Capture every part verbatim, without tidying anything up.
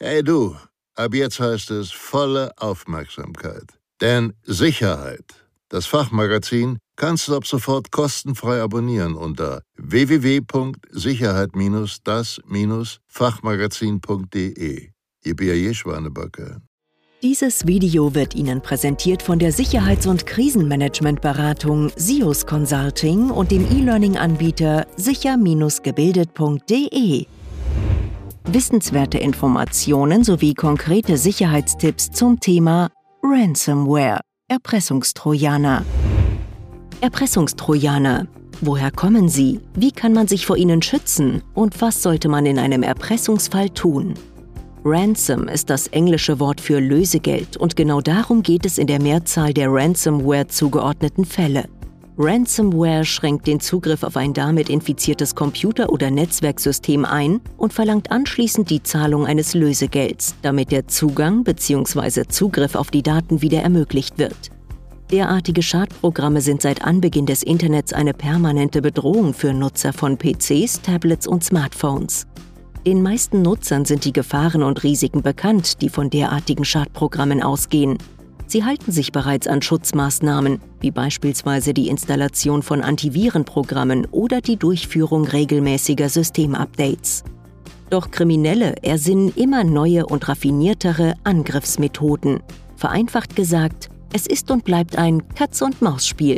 Hey du, ab jetzt heißt es volle Aufmerksamkeit. Denn Sicherheit, das Fachmagazin, kannst du ab sofort kostenfrei abonnieren unter w w w punkt sicherheit das Fachmagazin punkt de. Ihr B A J-Schwanebacke. Dieses Video wird Ihnen präsentiert von der Sicherheits- und Krisenmanagementberatung SIOS Consulting und dem E-Learning-Anbieter sicher gebildet punkt de. Wissenswerte Informationen sowie konkrete Sicherheitstipps zum Thema Ransomware, Erpressungstrojaner. Erpressungstrojaner. Woher kommen sie? Wie kann man sich vor ihnen schützen? Und was sollte man in einem Erpressungsfall tun? Ransom ist das englische Wort für Lösegeld und genau darum geht es in der Mehrzahl der Ransomware zugeordneten Fälle. Ransomware schränkt den Zugriff auf ein damit infiziertes Computer- oder Netzwerksystem ein und verlangt anschließend die Zahlung eines Lösegelds, damit der Zugang bzw. Zugriff auf die Daten wieder ermöglicht wird. Derartige Schadprogramme sind seit Anbeginn des Internets eine permanente Bedrohung für Nutzer von P Cs, Tablets und Smartphones. Den meisten Nutzern sind die Gefahren und Risiken bekannt, die von derartigen Schadprogrammen ausgehen. Sie halten sich bereits an Schutzmaßnahmen, wie beispielsweise die Installation von Antivirenprogrammen oder die Durchführung regelmäßiger Systemupdates. Doch Kriminelle ersinnen immer neue und raffiniertere Angriffsmethoden. Vereinfacht gesagt, es ist und bleibt ein Katz-und-Maus-Spiel.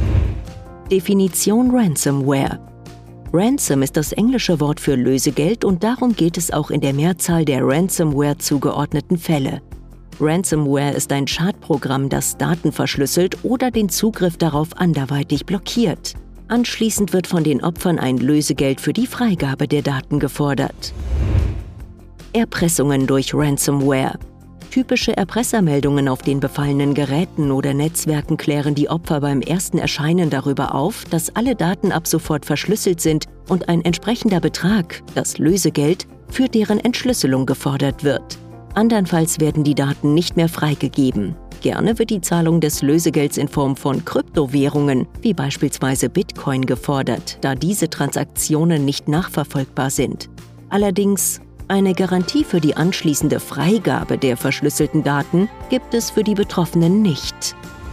Definition Ransomware. Ransom ist das englische Wort für Lösegeld und darum geht es auch in der Mehrzahl der Ransomware zugeordneten Fälle. Ransomware ist ein Schadprogramm, das Daten verschlüsselt oder den Zugriff darauf anderweitig blockiert. Anschließend wird von den Opfern ein Lösegeld für die Freigabe der Daten gefordert. Erpressungen durch Ransomware. Typische Erpressermeldungen auf den befallenen Geräten oder Netzwerken klären die Opfer beim ersten Erscheinen darüber auf, dass alle Daten ab sofort verschlüsselt sind und ein entsprechender Betrag, das Lösegeld, für deren Entschlüsselung gefordert wird. Andernfalls werden die Daten nicht mehr freigegeben. Gerne wird die Zahlung des Lösegelds in Form von Kryptowährungen, wie beispielsweise Bitcoin, gefordert, da diese Transaktionen nicht nachverfolgbar sind. Allerdings, eine Garantie für die anschließende Freigabe der verschlüsselten Daten gibt es für die Betroffenen nicht.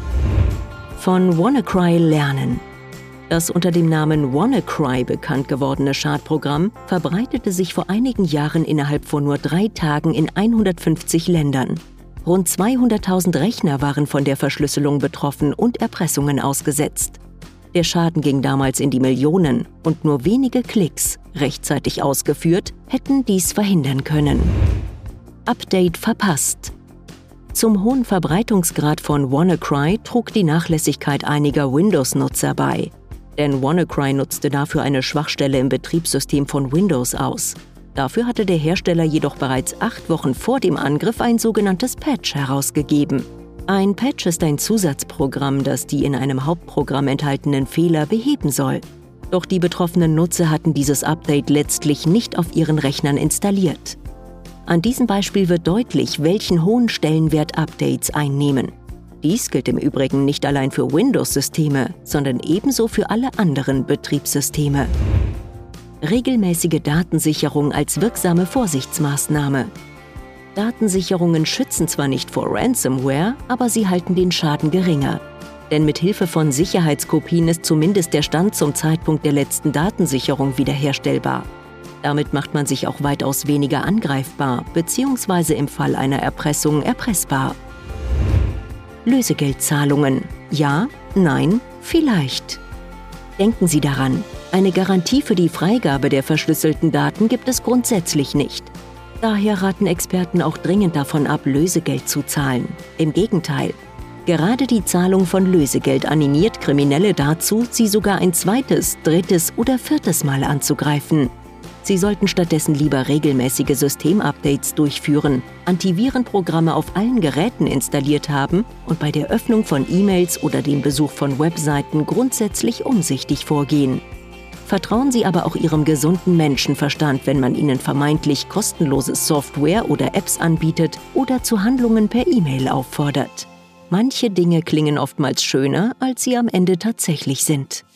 Von WannaCry lernen. Das unter dem Namen WannaCry bekannt gewordene Schadprogramm verbreitete sich vor einigen Jahren innerhalb von nur drei Tagen in hundertfünfzig Ländern. Rund zweihunderttausend Rechner waren von der Verschlüsselung betroffen und Erpressungen ausgesetzt. Der Schaden ging damals in die Millionen und nur wenige Klicks, rechtzeitig ausgeführt, hätten dies verhindern können. Update verpasst. Zum hohen Verbreitungsgrad von WannaCry trug die Nachlässigkeit einiger Windows-Nutzer bei. Denn WannaCry nutzte dafür eine Schwachstelle im Betriebssystem von Windows aus. Dafür hatte der Hersteller jedoch bereits acht Wochen vor dem Angriff ein sogenanntes Patch herausgegeben. Ein Patch ist ein Zusatzprogramm, das die in einem Hauptprogramm enthaltenen Fehler beheben soll. Doch die betroffenen Nutzer hatten dieses Update letztlich nicht auf ihren Rechnern installiert. An diesem Beispiel wird deutlich, welchen hohen Stellenwert Updates einnehmen. Dies gilt im Übrigen nicht allein für Windows-Systeme, sondern ebenso für alle anderen Betriebssysteme. Regelmäßige Datensicherung als wirksame Vorsichtsmaßnahme. Datensicherungen schützen zwar nicht vor Ransomware, aber sie halten den Schaden geringer. Denn mit Hilfe von Sicherheitskopien ist zumindest der Stand zum Zeitpunkt der letzten Datensicherung wiederherstellbar. Damit macht man sich auch weitaus weniger angreifbar bzw. im Fall einer Erpressung erpressbar. Lösegeldzahlungen. Ja, nein, vielleicht. Denken Sie daran, eine Garantie für die Freigabe der verschlüsselten Daten gibt es grundsätzlich nicht. Daher raten Experten auch dringend davon ab, Lösegeld zu zahlen. Im Gegenteil. Gerade die Zahlung von Lösegeld animiert Kriminelle dazu, sie sogar ein zweites, drittes oder viertes Mal anzugreifen. Sie sollten stattdessen lieber regelmäßige Systemupdates durchführen, Antivirenprogramme auf allen Geräten installiert haben und bei der Öffnung von E-Mails oder dem Besuch von Webseiten grundsätzlich umsichtig vorgehen. Vertrauen Sie aber auch Ihrem gesunden Menschenverstand, wenn man Ihnen vermeintlich kostenlose Software oder Apps anbietet oder zu Handlungen per E-Mail auffordert. Manche Dinge klingen oftmals schöner, als sie am Ende tatsächlich sind.